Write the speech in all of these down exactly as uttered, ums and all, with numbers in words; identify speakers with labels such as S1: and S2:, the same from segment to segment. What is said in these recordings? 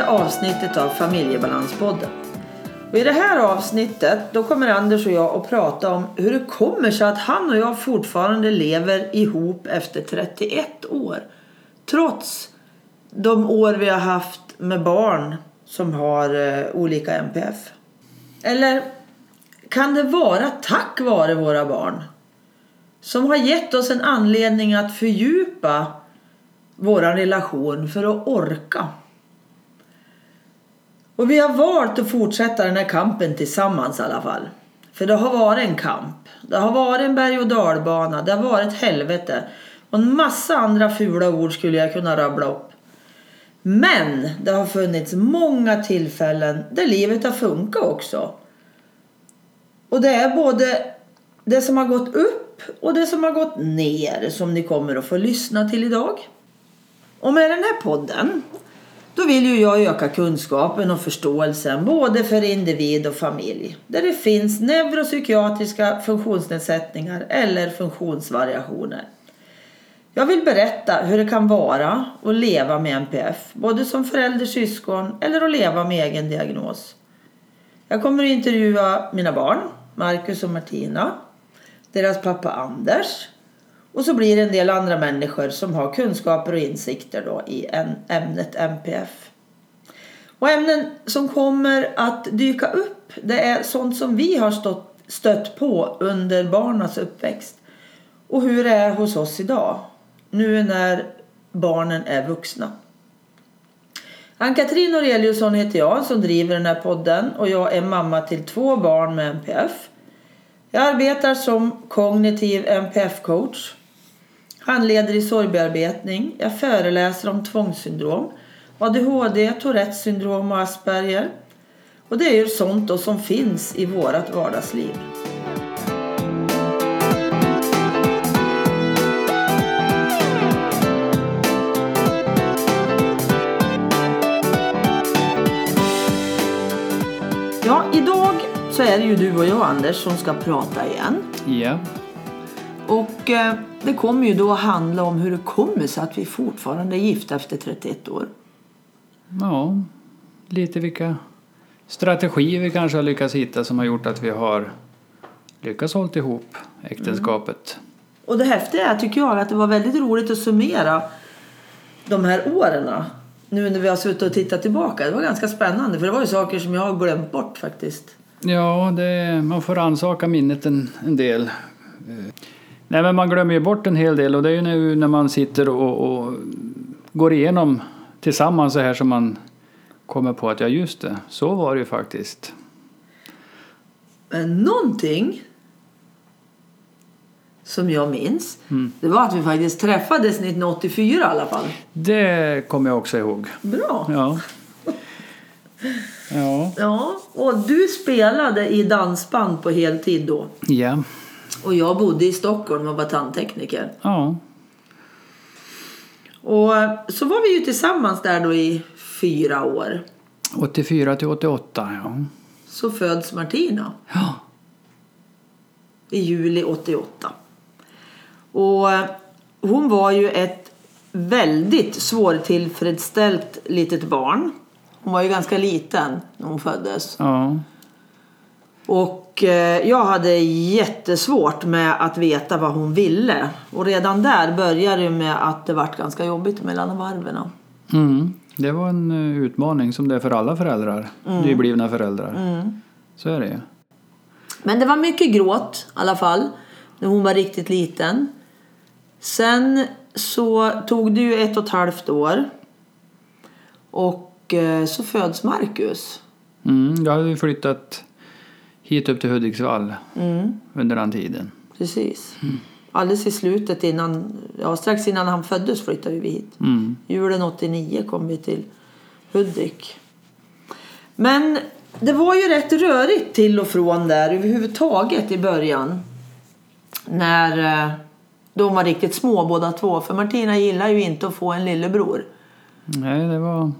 S1: avsnittet av Familjebalanspodden. Och i det här avsnittet då kommer Anders och jag att prata om hur det kommer sig att han och jag fortfarande lever ihop efter trettioett år. Trots de år vi har haft med barn som har eh, olika M P F. Eller kan det vara tack vare våra barn som har gett oss en anledning att fördjupa vår relation för att orka? Och vi har valt att fortsätta den här kampen tillsammans i alla fall. För det har varit en kamp. Det har varit en berg- och dalbana. Det har varit helvete. Och en massa andra fula ord skulle jag kunna rabbla upp. Men det har funnits många tillfällen där livet har funkat också. Och det är både det som har gått upp och det som har gått ner som ni kommer att få lyssna till idag. Och med den här podden då vill ju jag öka kunskapen och förståelsen både för individ och familj. Där det finns neuropsykiatriska funktionsnedsättningar eller funktionsvariationer. Jag vill berätta hur det kan vara att leva med M P F. Både som förälder, syskon eller att leva med egen diagnos. Jag kommer att intervjua mina barn, Marcus och Martina. Deras pappa Anders. Och så blir det en del andra människor som har kunskaper och insikter då i en, ämnet M P F. Och ämnen som kommer att dyka upp, det är sånt som vi har stått, stött på under barnens uppväxt. Och hur det är hos oss idag, nu när barnen är vuxna. Ann-Katrin Aureliusson heter jag som driver den här podden och jag är mamma till två barn med M P F. Jag arbetar som kognitiv M P F-coach. Handleder i sorgbearbetning. Jag föreläser om tvångssyndrom, A D H D, Tourettes syndrom och Asperger. Och det är ju sånt då som finns i vårat vardagsliv. Ja, idag så är det ju du och jag, Anders, som ska prata igen.
S2: Ja.
S1: Och eh, det kommer ju då att handla om hur det kommer sig att vi fortfarande är gifta efter trettioett år.
S2: Ja, lite vilka strategier vi kanske har lyckats hitta som har gjort att vi har lyckats hålla ihop äktenskapet. Mm.
S1: Och det häftiga är, tycker jag, att det var väldigt roligt att summera de här åren. Nu när vi har suttit och tittat tillbaka. Det var ganska spännande, för det var ju saker som jag har glömt bort faktiskt.
S2: Ja, det, man får ansaka minnet en, en del. Nej, men man glömmer ju bort en hel del. Och det är ju nu när man sitter och, och går igenom tillsammans så här som man kommer på att ja, just det, så var det ju faktiskt.
S1: Men någonting som jag minns, mm. det var att vi faktiskt träffades nittonhundraåttiofyra i alla fall.
S2: Det kommer jag också ihåg.
S1: Bra.
S2: Ja. Ja.
S1: Ja, och du spelade i dansband på heltid då.
S2: Ja.
S1: Och jag bodde i Stockholm och var tandtekniker.
S2: Ja.
S1: Och så var vi ju tillsammans där då i fyra år.
S2: åttiofyra till åttioåtta, ja.
S1: Så föds Martina.
S2: Ja.
S1: I juli åttioåtta. Och hon var ju ett väldigt svårtillfredsställt litet barn. Hon var ju ganska liten när hon föddes.
S2: Ja.
S1: Och eh, jag hade jättesvårt med att veta vad hon ville. Och redan där började det med att det var ganska jobbigt mellan varven.
S2: Mm. Det var en uh, utmaning som det är för alla föräldrar. Mm. Nyblivna föräldrar.
S1: Mm.
S2: Så är det ju.
S1: Men det var mycket gråt i alla fall. När hon var riktigt liten. Sen så tog det ju ett och ett halvt år. Och eh, så föds Marcus.
S2: Mm, jag hade ju flyttat hit upp till Hudiksvall mm. under den tiden.
S1: Precis. Mm. Alldeles i slutet innan, ja strax innan han föddes flyttade vi hit. Mm. Julen åttionio kom vi till Hudik. Men det var ju rätt rörigt till och från där överhuvudtaget i början. När eh, de var riktigt små båda två. För Martina gillar ju inte att få en lillebror.
S2: Nej, det var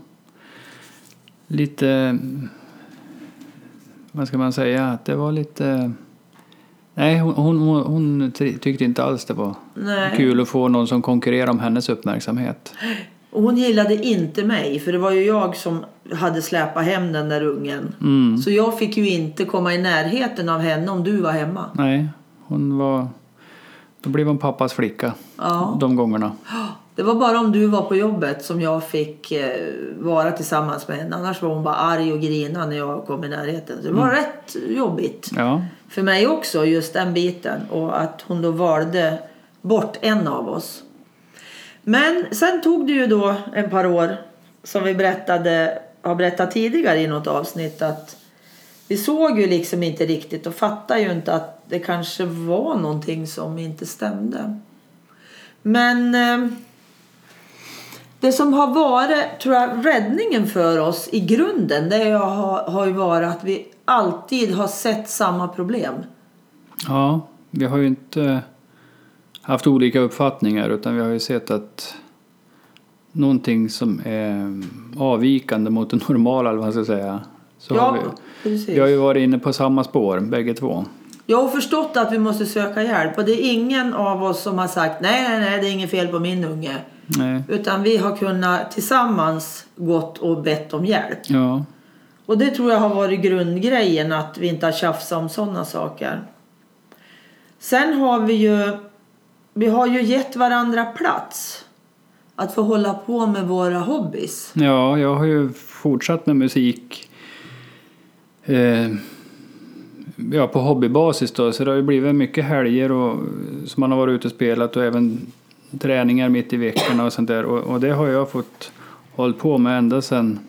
S2: lite, vad ska man säga, det var lite, nej hon, hon, hon tyckte inte alls det var Nej. kul att få någon som konkurrerar om hennes uppmärksamhet.
S1: Och hon gillade inte mig, för det var ju jag som hade släpat hem den där ungen.
S2: Mm.
S1: Så jag fick ju inte komma i närheten av henne om du var hemma.
S2: Nej, hon var... Då blev hon pappas flicka
S1: Ja.
S2: de gångerna.
S1: Det var bara om du var på jobbet som jag fick eh, vara tillsammans med henne. Annars var hon bara arg och grina när jag kom i närheten. Så det var mm. rätt jobbigt
S2: ja.
S1: för mig också, just den biten. Och att hon då valde bort en av oss. Men sen tog det ju då ett par år, som vi berättade, har berättat tidigare i något avsnitt, att vi såg ju liksom inte riktigt och fattade ju inte att det kanske var någonting som inte stämde. Men eh, det som har varit, tror jag, räddningen för oss i grunden, det har, har ju varit att vi alltid har sett samma problem.
S2: Ja, vi har ju inte haft olika uppfattningar, utan vi har ju sett att någonting som är avvikande mot det normala, eller vad man ska säga. Så
S1: ja,
S2: har vi,
S1: precis.
S2: Vi har ju varit inne på samma spår, bägge två.
S1: Jag har förstått att vi måste söka hjälp. Och det är ingen av oss som har sagt nej, nej, nej, det är inget fel på min unge.
S2: Nej.
S1: Utan vi har kunnat tillsammans gått och bett om hjälp.
S2: Ja.
S1: Och det tror jag har varit grundgrejen, att vi inte har tjafsat om sådana saker. Sen har vi ju, vi har ju gett varandra plats att få hålla på med våra hobbys.
S2: Ja, jag har ju fortsatt med musik. Eh, ja, på hobbybasis då. Så det har ju blivit mycket helger och, som man har varit ute och spelat, och även träningar mitt i veckorna och sånt där. Och, och det har jag fått hålla på med ända sedan,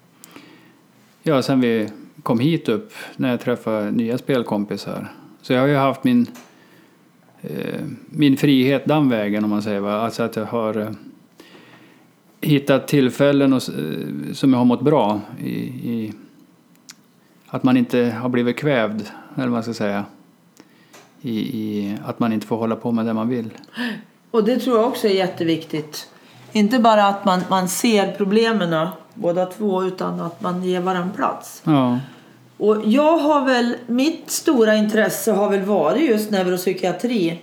S2: ja, sedan vi kom hit upp, när jag träffade nya spelkompisar. Så jag har ju haft min, eh, min frihet den vägen, om man säger. Va? Alltså att jag har eh, hittat tillfällen och, eh, som jag har mått bra i, i att man inte har blivit kvävd, eller vad man ska säga, i, i att man inte får hålla på med det man vill.
S1: Och det tror jag också är jätteviktigt. Inte bara att man, man ser problemen båda två, utan att man ger varandra plats.
S2: Ja.
S1: Och jag har väl, mitt stora intresse har väl varit just neuropsykiatri.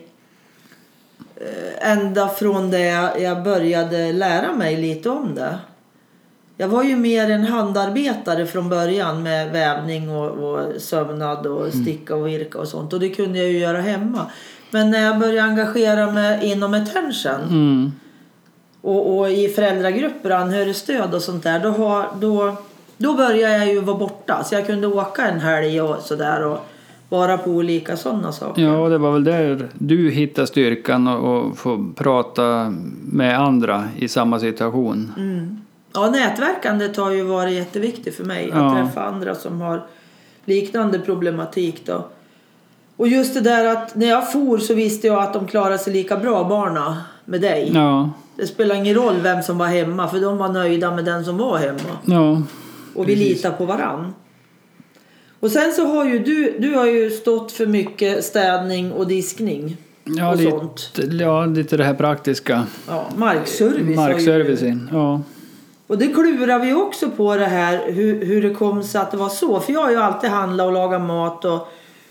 S1: Ända från det jag började lära mig lite om det. Jag var ju mer en handarbetare från början med vävning och, och sömnad och sticka och virka och sånt. Och det kunde jag ju göra hemma. Men när jag började engagera mig inom attention
S2: Mm.
S1: och, och i föräldragrupper och anhörigstöd och sånt där, då, har, då, då började jag ju vara borta. Så jag kunde åka en helg och sådär och vara på olika sådana saker.
S2: Ja, det var väl där du hittade styrkan och, och få prata med andra i samma situation.
S1: Mm. Ja, nätverkandet har ju varit jätteviktigt för mig. Att
S2: Ja.
S1: träffa andra som har liknande problematik då. Och just det där att när jag for så visste jag att de klarade sig lika bra, barna, med dig.
S2: Ja.
S1: Det spelar ingen roll vem som var hemma, för de var nöjda med den som var hemma.
S2: Ja.
S1: Och vi
S2: Precis.
S1: litar på varann. Och sen så har ju du, du har ju stått för mycket städning och diskning.
S2: Ja,
S1: och
S2: lite,
S1: sånt.
S2: ja, lite det här praktiska.
S1: Ja, markservice.
S2: Markservicen, ja.
S1: Och det klurar vi också på det här, hur, hur det kom sig att det var så. För jag har ju alltid handlat och lagat mat och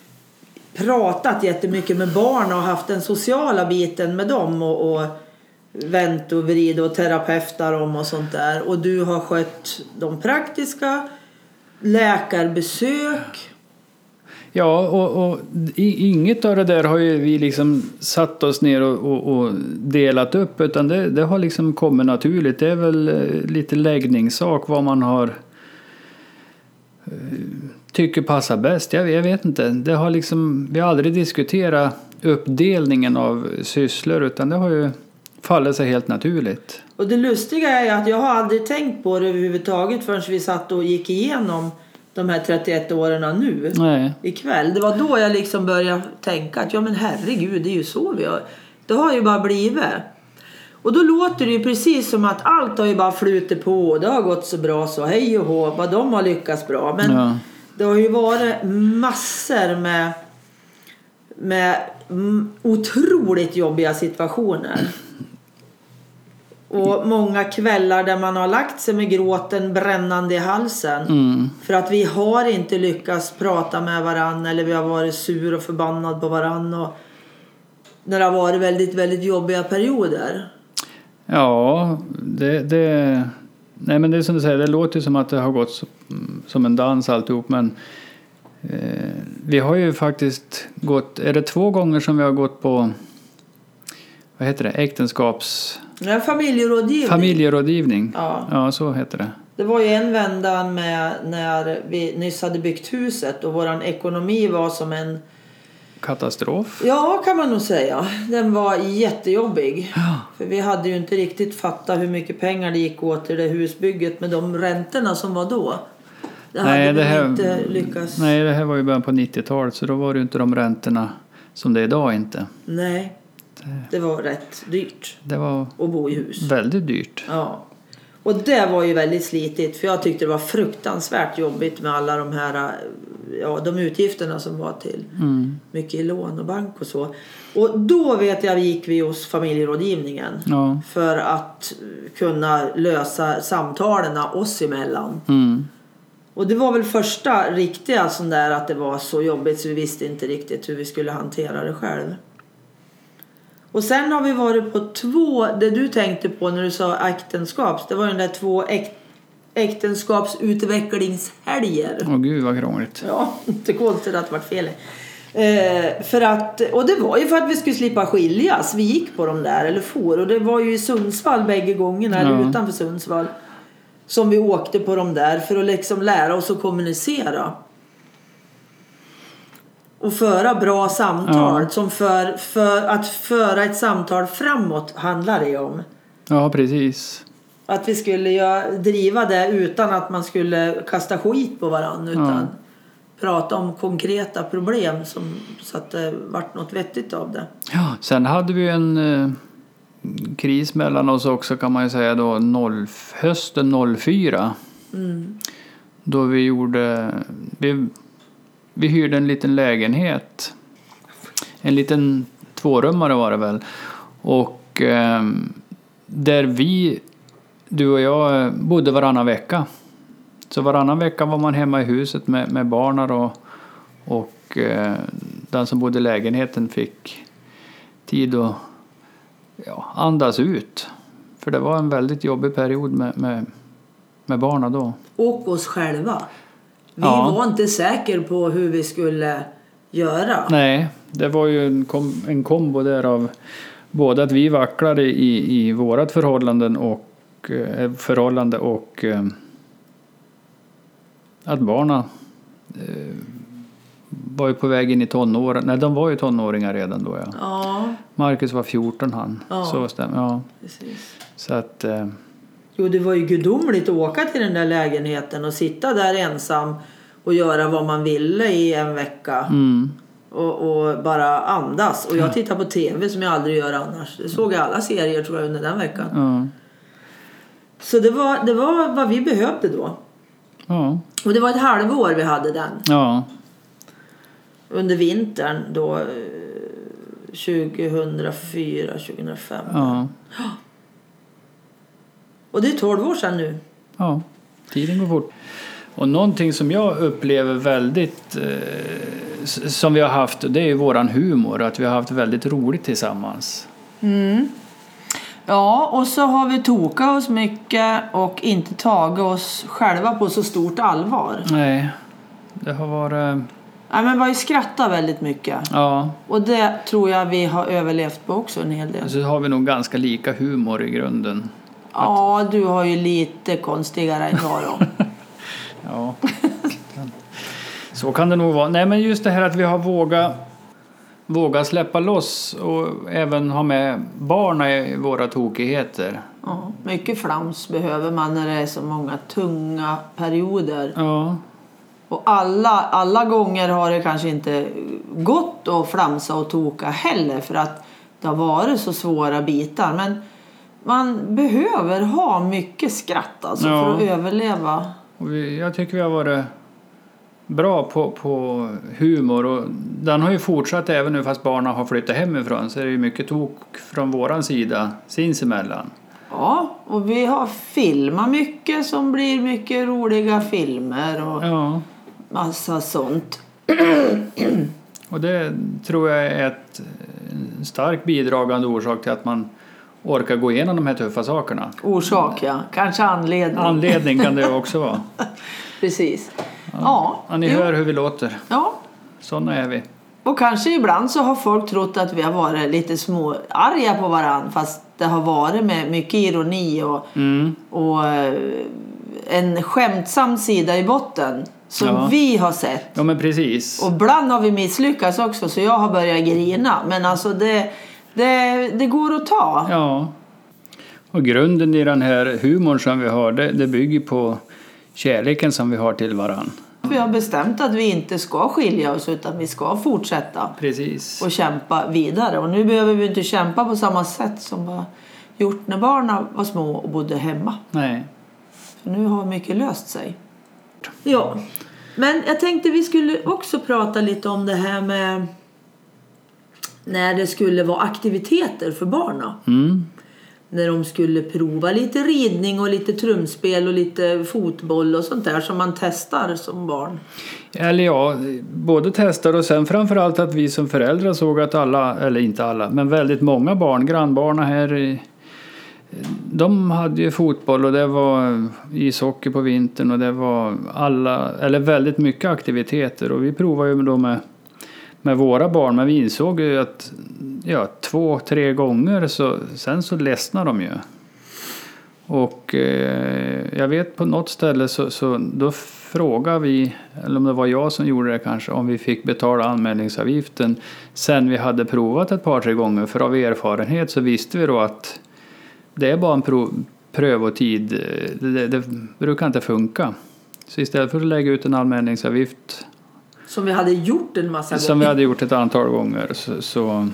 S1: pratat jättemycket med barn och haft den sociala biten med dem och, och vänt och vrid och terapeutar dem och sånt där. Och du har skött de praktiska, läkarbesök.
S2: Ja, och, och i- inget av det där har ju vi liksom satt oss ner och, och, och delat upp, utan det, det har liksom kommit naturligt. Det är väl eh, lite läggningssak vad man har eh, tycker passar bäst. Jag, jag vet inte. Det har liksom, vi har aldrig diskuterat uppdelningen av sysslor, utan det har ju fallit sig helt naturligt.
S1: Och det lustiga är att jag har aldrig tänkt på det överhuvudtaget förrän vi satt och gick igenom de här trettioett åren nu.
S2: Nej.
S1: Ikväll. Det var då jag liksom började tänka att ja men herregud, det är ju så vi har. Det har ju bara blivit. Och då låter det ju precis som att allt har ju bara flutit på och det har gått så bra så hej och hå, vad de har lyckats bra. Men
S2: Ja.
S1: det har ju varit massor med med otroligt jobbiga situationer. Och många kvällar där man har lagt sig med gråten brännande i halsen.
S2: Mm.
S1: För att vi har inte lyckats prata med varann. Eller vi har varit sur och förbannad på varann. Och när det har varit väldigt, väldigt jobbiga perioder.
S2: Ja, det, det, nej men det är som du säger, det låter som att det har gått så, som en dans alltihop, men eh, vi har ju faktiskt gått, är det två gånger som vi har gått på, vad heter det, äktenskaps...
S1: Ja, familjerådgivning.
S2: Familjerådgivning,
S1: ja.
S2: Ja, så heter det.
S1: Det var ju en vända med när vi nyss hade byggt huset och våran ekonomi var som en...
S2: Katastrof.
S1: Ja, kan man nog säga. Den var jättejobbig.
S2: Ja.
S1: För vi hade ju inte riktigt fattat hur mycket pengar det gick åt till det husbygget med de räntorna som var då. Det
S2: nej,
S1: hade
S2: det här,
S1: inte lyckats.
S2: Nej, det här var ju början på nittiotalet, så då var det ju inte de räntorna som det är idag inte.
S1: Nej, det var rätt dyrt.
S2: Det var
S1: att bo i hus.
S2: Väldigt dyrt.
S1: Ja. Och det var ju väldigt slitigt, för jag tyckte det var fruktansvärt jobbigt med alla de här, ja, de utgifterna som var till
S2: Mm.
S1: mycket i lån och bank och så. Och då vet jag gick vi hos familjerådgivningen
S2: Ja.
S1: för att kunna lösa samtalen oss emellan.
S2: Mm.
S1: Och det var väl första riktiga sån där att det var så jobbigt så vi visste inte riktigt hur vi skulle hantera det själv. Och sen har vi varit på två, det du tänkte på när du sa äktenskaps, det var ju de där två äk, äktenskapsutvecklingshelger.
S2: Åh gud vad krångligt.
S1: Ja, inte konstigt att det var fel. Eh, för att, och det var ju för att vi skulle slippa skiljas. Vi gick på dem där, eller for. Och det var ju i Sundsvall bägge gångerna, eller
S2: Ja.
S1: utanför Sundsvall. Som vi åkte på dem där för att liksom lära oss att kommunicera. Och föra bra samtal.
S2: Ja.
S1: Som för, för att föra ett samtal framåt handlar det om.
S2: Ja, precis.
S1: Att vi skulle ja, driva det utan att man skulle kasta skit på varandra. Utan
S2: Ja.
S1: prata om konkreta problem som, så att det vart något vettigt av det.
S2: Ja, sen hade vi en eh, kris mellan oss också, kan man ju säga då, noll, hösten noll fyra.
S1: Mm.
S2: Då vi gjorde, vi, vi hyrde en liten lägenhet. En liten tvårummare var det väl. Och eh, där vi, du och jag, bodde varannan vecka. Så varannan vecka var man hemma i huset med, med barnen och, och eh, den som bodde i lägenheten fick tid att ja, andas ut. För det var en väldigt jobbig period med, med, med barnen då.
S1: Och oss själva. Vi
S2: Ja.
S1: var inte säkra på hur vi skulle göra.
S2: Nej, det var ju en, kom, en kombo där av både att vi vacklade i, i vårat förhållanden och, eh, förhållande och eh, att barnen eh, var ju på väg in i tonåren. Nej, de var ju tonåringar redan då, ja.
S1: Ja,
S2: Marcus var fjorton han.
S1: Ja.
S2: Så stämmer, ja.
S1: precis.
S2: Så att... Eh,
S1: Jo, det var ju gudomligt att åka till den där lägenheten och sitta där ensam och göra vad man ville i en vecka.
S2: mm,
S1: Och, och bara andas. Och jag tittar på tv som jag aldrig gör annars. Det såg jag alla serier tror jag under den veckan.
S2: ja,
S1: Så det var, det var vad vi behövde då.
S2: ja,
S1: Och det var ett halvår vi hade den.
S2: ja,
S1: Under vintern då eh, tjugohundrafyra tjugohundrafem.
S2: ja,
S1: Och det är tolv år sedan nu.
S2: ja. Tiden går fort. Och någonting som jag upplever väldigt eh, s- som vi har haft, det är ju våran humor. Att vi har haft väldigt roligt tillsammans.
S1: Mm. Ja, och så har vi tokat oss mycket och inte tagit oss själva på så stort allvar.
S2: Nej, det har varit...
S1: Nej, men vi har ju skrattat väldigt mycket.
S2: Ja,
S1: Och det tror jag vi har överlevt på också en hel del.
S2: så har vi nog ganska lika humor i grunden.
S1: Ja, du har ju lite konstigare än jag då.
S2: Ja, så kan det nog vara. Nej, men just det här att vi har vågat våga släppa loss och även ha med barnen i våra tokigheter.
S1: Ja, mycket flams behöver man när det är så många tunga perioder.
S2: Ja,
S1: Och alla, alla gånger har det kanske inte gått att flamsa och toka heller för att det har varit så svåra bitar. Men man behöver ha mycket skratt alltså
S2: Ja.
S1: för att överleva.
S2: och vi, jag tycker vi har varit bra på, på humor och den har ju fortsatt även nu fast barnen har flyttat hemifrån, så är det ju mycket tok från våran sida sinsemellan.
S1: Ja, och vi har filmat mycket som blir mycket roliga filmer och
S2: Ja,
S1: massa sånt.
S2: och det tror jag är ett en stark bidragande orsak till att man orka gå igenom de här tuffa sakerna.
S1: Orsak, ja. Kanske anledning.
S2: Anledning kan det också vara.
S1: Precis.
S2: Ja,
S1: ja.
S2: ja ni
S1: jo.
S2: hör hur vi låter.
S1: Ja.
S2: Sådana är vi.
S1: Och kanske ibland så har folk trott att vi har varit lite små arga på varandra, fast det har varit med mycket ironi och,
S2: Mm.
S1: och en skämtsam sida i botten som
S2: Ja.
S1: vi har sett.
S2: Ja, men precis.
S1: Och ibland har vi misslyckats också, så jag har börjat grina. Men alltså det, det, det går att ta.
S2: Ja. Och grunden i den här humorn som vi har, det, det bygger på kärleken som vi har till varann.
S1: Vi har bestämt att vi inte ska skilja oss, utan vi ska fortsätta
S2: Precis.
S1: och kämpa vidare. Och nu behöver vi inte kämpa på samma sätt som vi har gjort när barnen var små och bodde hemma.
S2: Nej.
S1: För nu har mycket löst sig. Ja, men jag tänkte vi skulle också prata lite om det här med när det skulle vara aktiviteter för barnen.
S2: Mm.
S1: När de skulle prova lite ridning och lite trumspel och lite fotboll och sånt där som man testar som barn.
S2: Eller ja, både testar och sen framförallt att vi som föräldrar såg att alla, eller inte alla, men väldigt många barn, grannbarnen här, de hade ju fotboll och det var ishockey på vintern och det var alla, eller väldigt mycket aktiviteter, och vi provade ju då med, med våra barn, men vi insåg ju att ja, två, tre gånger så sen så ledsnade de ju. Och eh, jag vet på något ställe så, så då frågade vi, eller om det var jag som gjorde det kanske, om vi fick betala anmälningsavgiften sen vi hade provat ett par, tre gånger. För av erfarenhet så visste vi då att det är bara en prov, prövotid, det, det, det brukar inte funka. Så istället för att lägga ut en anmälningsavgift
S1: som vi hade gjort en massa
S2: som
S1: gånger.
S2: vi hade gjort ett antal gånger så, så,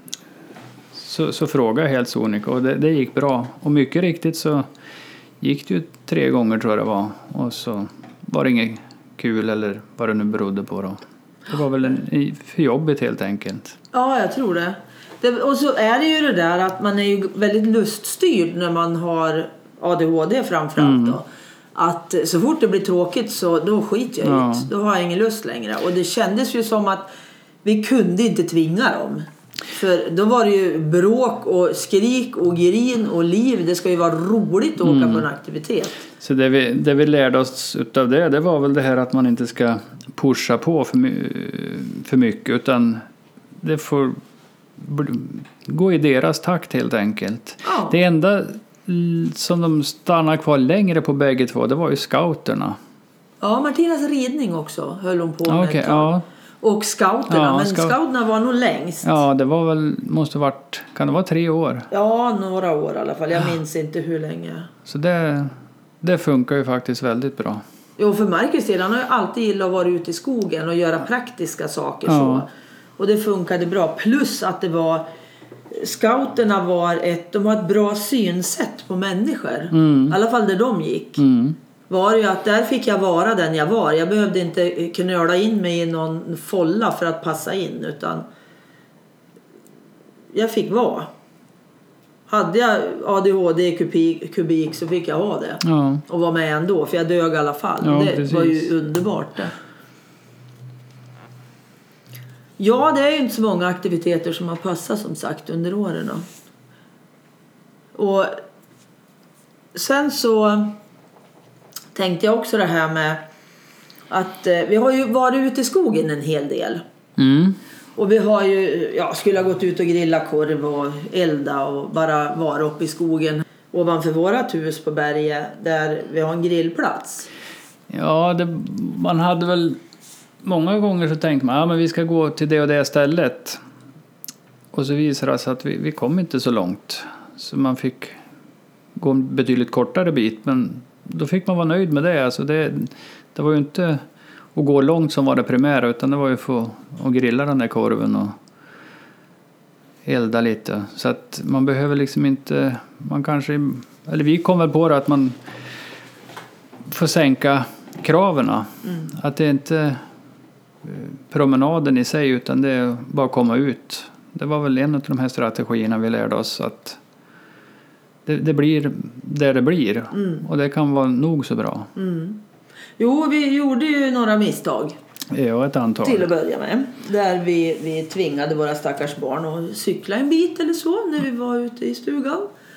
S2: så, så frågade jag helt sonika, och det, det gick bra. Och mycket riktigt så gick det ju tre gånger tror jag det var. Och så var det inget kul eller vad det nu berodde på då. Det var väl en, för jobbigt helt enkelt.
S1: Ja, jag tror det. det. Och så är det ju det där att man är ju väldigt luststyrd när man har A D H D framförallt
S2: Mm.
S1: då. Att så fort det blir tråkigt så då skiter jag
S2: Ja.
S1: ut. Då har jag ingen lust längre. Och det kändes ju som att vi kunde inte tvinga dem. För då var det ju bråk och skrik och grin och liv. Det ska ju vara roligt att åka
S2: Mm.
S1: på en aktivitet.
S2: Så det vi, det vi lärde oss utav det, det var väl det här att man inte ska pusha på för, my, för mycket, utan det får gå i deras takt helt enkelt.
S1: Ja.
S2: Det enda som de stannar kvar längre på bägge två, det var ju scouterna.
S1: Ja, Martinas ridning också höll hon på med
S2: Okay,
S1: ett tag.
S2: ja.
S1: Och scouterna,
S2: Ja,
S1: men
S2: scout-
S1: scouterna var nog längst.
S2: Ja, det var väl, måste varit, kan det vara tre år?
S1: Ja, några år i alla fall. Jag minns inte hur länge.
S2: Så det, det funkar ju faktiskt väldigt bra.
S1: Jo, för Marcus del, han har ju alltid gillat att vara ute i skogen och göra praktiska saker.
S2: Ja.
S1: Så. Och det funkade bra. Plus att det var, scouterna var ett, de har ett bra synsätt på människor.
S2: Mm.
S1: I alla fall där de gick.
S2: Mm.
S1: Var ju att där fick jag vara den jag var. Jag behövde inte knöla in mig i någon folla för att passa in, utan jag fick vara. Hade jag A D H D i kubik, kubik så fick jag ha det.
S2: Ja.
S1: Och vara med ändå, för jag dög i alla fall.
S2: Ja,
S1: det
S2: precis.
S1: var ju underbart det. Ja, det är ju inte så många aktiviteter som har passat som sagt under åren. Och sen så tänkte jag också det här med att eh, vi har ju varit ute i skogen en hel del.
S2: Mm.
S1: Och vi har ju, ja, skulle ha gått ut och grilla korv och elda och bara vara uppe i skogen ovanför vårat hus på berget där vi har en grillplats.
S2: Ja, det, man hade väl många gånger så tänkte man, ja men vi ska gå till det och det stället. Och så visade det sig att vi, vi kom inte så långt. Så man fick gå en betydligt kortare bit, men då fick man vara nöjd med det. Alltså det, det var ju inte att gå långt som var det primära, utan det var ju för att grilla den där korven och elda lite. Så att man behöver liksom inte, man kanske, eller vi kom väl på det att man får sänka kraven. Mm. Att det inte promenaden i sig, utan det är bara att komma ut. Det var väl en av de här strategierna vi lärde oss, att det, det blir där det blir. Mm. Och det kan vara nog så bra.
S1: Mm. Jo, vi gjorde ju några misstag.
S2: Ja, ett antal.
S1: Till att börja med. Där vi, vi tvingade våra stackars barn att cykla en bit eller så när vi var ute i stugan.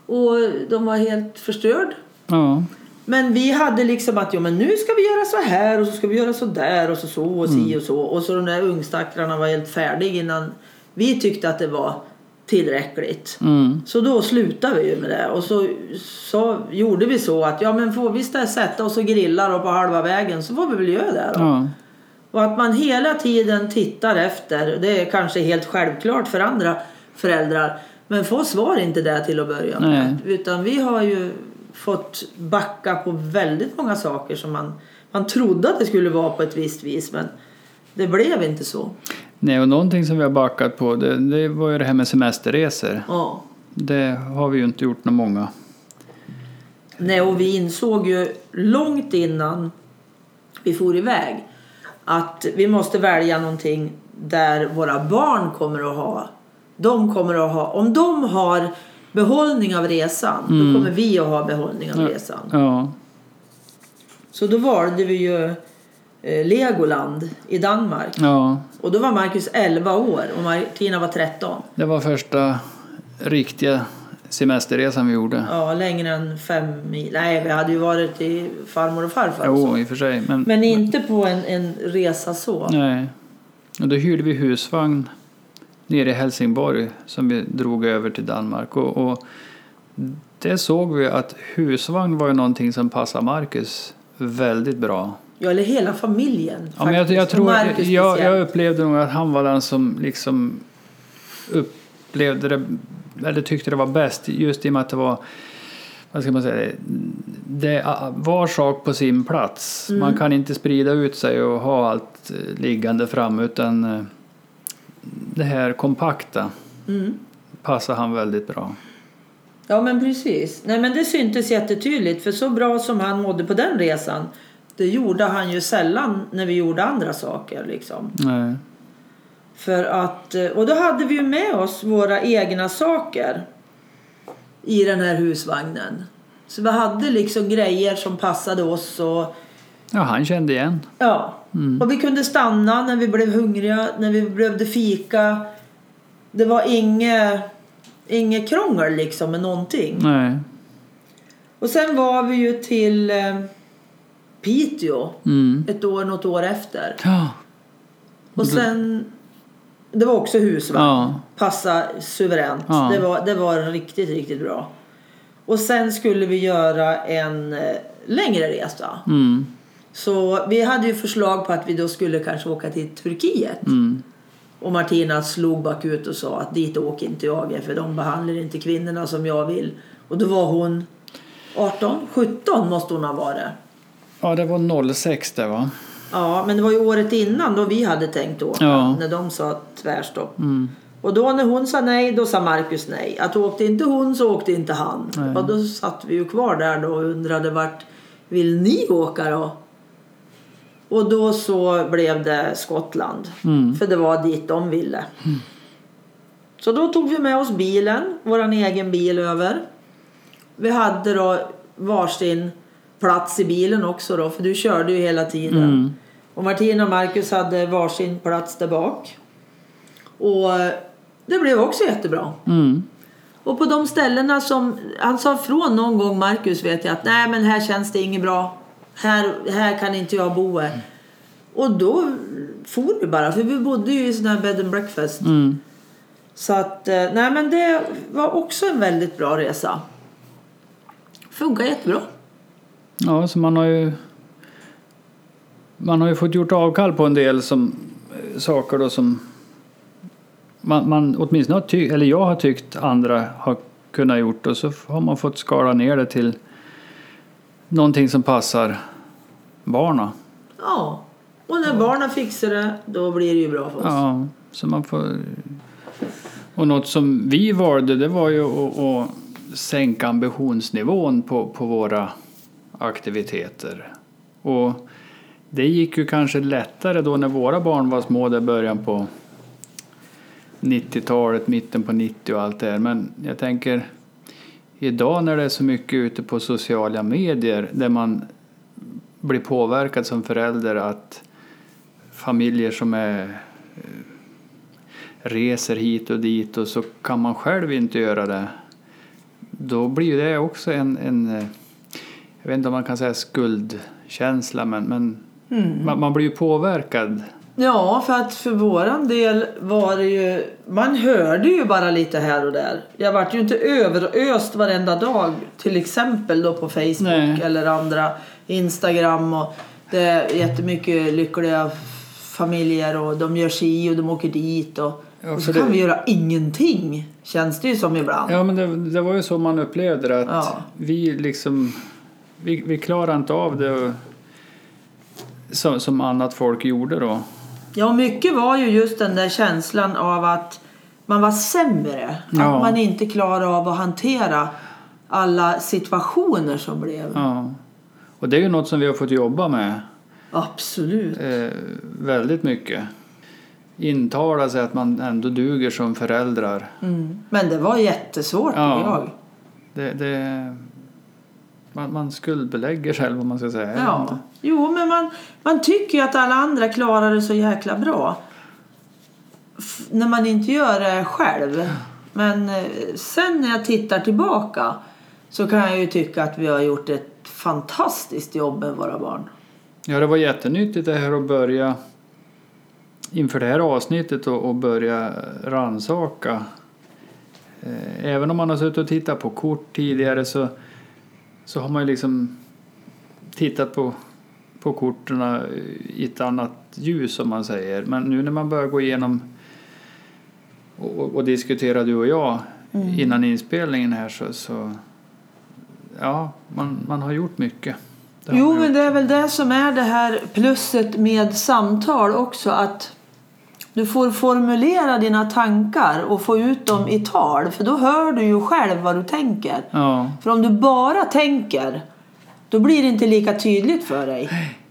S1: Och de var helt förstörd.
S2: Ja.
S1: Men vi hade liksom att jo, men nu ska vi göra så här och så ska vi göra så där och så så och si
S2: Mm.
S1: och så. Och så de där ungstackrarna var helt färdiga innan vi tyckte att det var tillräckligt.
S2: Mm.
S1: Så då slutade vi ju med det. Och så, så gjorde vi så att ja men får vi sätta oss och grilla och på halva vägen så får vi väl göra det då.
S2: Ja.
S1: Och att man hela tiden tittar efter, det är kanske helt självklart för andra föräldrar. Men få svar inte det till att börja med.
S2: Nej.
S1: Utan vi har ju fått backa på väldigt många saker som man, man trodde att det skulle vara på ett visst vis. Men det blev inte så.
S2: Nej, och någonting som vi har backat på det, det var ju det här med semesterresor.
S1: Ja.
S2: Det har vi ju inte gjort några många.
S1: Nej, och vi insåg ju långt innan vi for iväg att vi måste välja någonting där våra barn kommer att ha. De kommer att ha, om de har behållning av resan,
S2: Mm.
S1: då kommer vi att ha behållning av
S2: Ja.
S1: resan.
S2: Ja.
S1: Så då valde vi ju eh, Legoland i Danmark.
S2: Ja.
S1: Och då var Marcus elva år och Martina var tretton.
S2: Det var första riktiga semesterresan vi gjorde.
S1: Ja, längre än fem mil. Nej, vi hade ju varit till farmor och farfar. och
S2: Jo,
S1: så.
S2: i och för sig. Men,
S1: Men inte på en, en resa så.
S2: nej. Och då hyrde vi husvagn nere i Helsingborg som vi drog över till Danmark. Och, och det såg vi att husvagn var ju någonting som passade Marcus väldigt bra.
S1: Ja, eller hela familjen.
S2: Ja, men jag,
S1: faktiskt.
S2: jag,
S1: Och
S2: tror,
S1: Marcus
S2: jag,
S1: speciellt.
S2: jag upplevde nog att han var den som liksom upplevde det, eller tyckte det var bäst just i och med att det var, vad ska man säga, det var sak på sin plats.
S1: Mm.
S2: Man kan inte sprida ut sig och ha allt eh, liggande fram, utan eh, det här kompakta
S1: Mm.
S2: passar han väldigt bra.
S1: Ja, men precis. Nej, men det syntes jättetydligt. För så bra som han mådde på den resan, det gjorde han ju sällan när vi gjorde andra saker liksom.
S2: Nej.
S1: För att, och då hade vi ju med oss våra egna saker i den här husvagnen. Så vi hade liksom grejer som passade oss och
S2: Ja, han kände igen.
S1: ja.
S2: Mm.
S1: Och vi kunde stanna när vi blev hungriga, när vi behövde fika. Det var inget inget krångel liksom med någonting.
S2: Nej.
S1: Och sen var vi ju till eh, Piteå
S2: Mm.
S1: ett år, något år efter.
S2: Ja.
S1: Och sen, det var också husvagn.
S2: Ja.
S1: Passa suveränt.
S2: Ja.
S1: Det, var, det var riktigt, riktigt bra. Och sen skulle vi göra en eh, längre resa.
S2: Mm.
S1: Så vi hade ju förslag på att vi då skulle kanske åka till Turkiet.
S2: Mm.
S1: Och Martina slog bakut och sa att dit åker inte jag, för de behandlar inte kvinnorna som jag vill. Och då var hon arton, sjutton måste hon ha varit.
S2: Ja, det var noll sex det, va?
S1: Ja, men det var ju året innan då vi hade tänkt åka.
S2: Ja.
S1: När de sa tvärstopp.
S2: Mm.
S1: Och då när hon sa nej, då sa Marcus nej. Att åkte inte hon så åkte inte han.
S2: Nej.
S1: Och då satt vi ju kvar där då och undrade vart vill ni åka då? Och då så blev det Skottland.
S2: Mm.
S1: För det var dit de ville.
S2: Mm.
S1: Så då tog vi med oss bilen, våran egen bil över. Vi hade då varsin plats i bilen också då, för du körde ju hela tiden.
S2: Mm.
S1: Och Martina och Marcus hade varsin plats där bak. Och det blev också jättebra.
S2: Mm.
S1: Och på de ställena som han sa från någon gång, Marcus, vet jag att nej men här känns det inget bra. Här, här kan inte jag bo här. Mm. Och då for vi bara, för vi bodde ju i sån här bed and breakfast.
S2: Mm.
S1: Så att, nej men det var också en väldigt bra resa. Funkar jättebra.
S2: Ja, så man har ju man har ju fått gjort avkall på en del som saker då som man, man åtminstone har tyckt, eller jag har tyckt andra har kunnat gjort, och så har man fått skala ner det till någonting som passar barna.
S1: Ja. Och när barnen fixar det, då blir det ju bra för oss.
S2: Ja, så man får. Och något som vi valde, det var ju att, att sänka ambitionsnivån på, på våra aktiviteter. Och det gick ju kanske lättare då när våra barn var små, där början på nittiotalet, mitten på nittio och allt det här. Men jag tänker idag när det är så mycket ute på sociala medier där man blir påverkad som förälder, att familjer som är reser hit och dit, och så kan man själv inte göra det. då blir ju det också en, en jag vet inte om man kan säga skuldkänsla, men, men mm. man, man blir ju påverkad.
S1: Ja, för att för våran del var det ju, man hörde ju bara lite här och där. Jag vart ju inte överöst varenda dag, till exempel då på Facebook. Nej. Eller andra Instagram, och det är jättemycket lyckliga familjer och de gör si och de åker dit och, ja, och så kan det... vi göra ingenting, känns det ju som ibland.
S2: Ja, men det, det var ju så man upplevde det, att ja. vi liksom vi, vi klarar inte av det som, som annat folk gjorde då.
S1: Ja, mycket var ju just den där känslan av att man var sämre.
S2: Ja.
S1: Att man inte klarar av att hantera alla situationer som blev.
S2: Ja. Och det är ju något som vi har fått jobba med.
S1: Absolut.
S2: Eh, väldigt mycket. Intala sig att man ändå duger som föräldrar.
S1: Mm. Men det var jättesvårt,
S2: ja.
S1: tycker jag.
S2: Det... det... Man, man skuldbelägger själv, om man ska säga.
S1: Ja. Jo, men man, man tycker ju att alla andra klarar det så jäkla bra. F- när man inte gör det själv. Men eh, sen när jag tittar tillbaka så kan jag ju tycka att vi har gjort ett fantastiskt jobb med våra barn.
S2: Ja, det var jättenyttigt det här att börja inför det här avsnittet och, och börja ransaka. Eh, även om man har suttit och tittat på kort tidigare, så så har man ju liksom tittat på, på korten i ett annat ljus, som man säger. Men nu när man börjar gå igenom och, och diskutera, du och jag, mm. innan inspelningen här, så, så ja, man, man har gjort mycket.
S1: Jo, men det är väl det som är det här plusset med samtal också, att du får formulera dina tankar och få ut dem i tal. För då hör du ju själv vad du tänker.
S2: Ja.
S1: För om du bara tänker, då blir det inte lika tydligt för dig.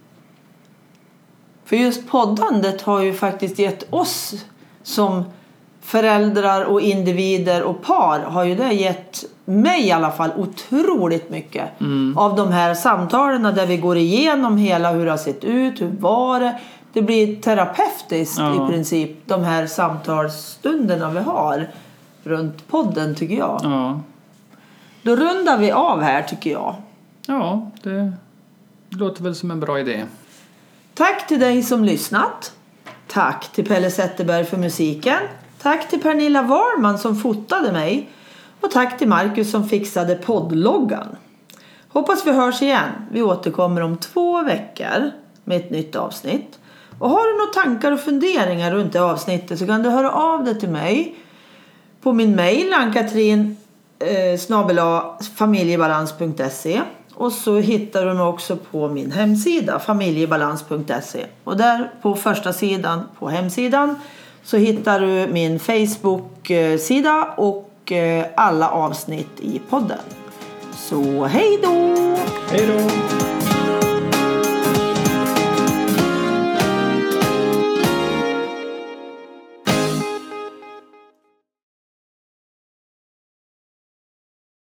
S1: För just poddandet har ju faktiskt gett oss som föräldrar och individer och par, har ju det gett mig i alla fall otroligt mycket. Mm. Av de här samtalen där vi går igenom hela hur det har sett ut, hur var det. Det blir terapeutiskt, ja. I princip, de här samtalsstunderna vi har runt podden, tycker jag.
S2: Ja.
S1: Då rundar vi av här, tycker jag.
S2: Ja, det låter väl som en bra idé.
S1: Tack till dig som lyssnat. Tack till Pelle Zetterberg för musiken. Tack till Pernilla Warman som fotade mig. Och tack till Marcus som fixade poddloggan. Hoppas vi hörs igen. Vi återkommer om två veckor med ett nytt avsnitt. Och har du några tankar och funderingar runt det avsnittet, så kan du höra av dig till mig på min mejl ankatrin snabel-a familjebalans punkt se. Och så hittar du mig också på min hemsida familjebalans punkt se. Och där på första sidan på hemsidan så hittar du min Facebook-sida och alla avsnitt i podden. Så hej då!
S2: Hej då!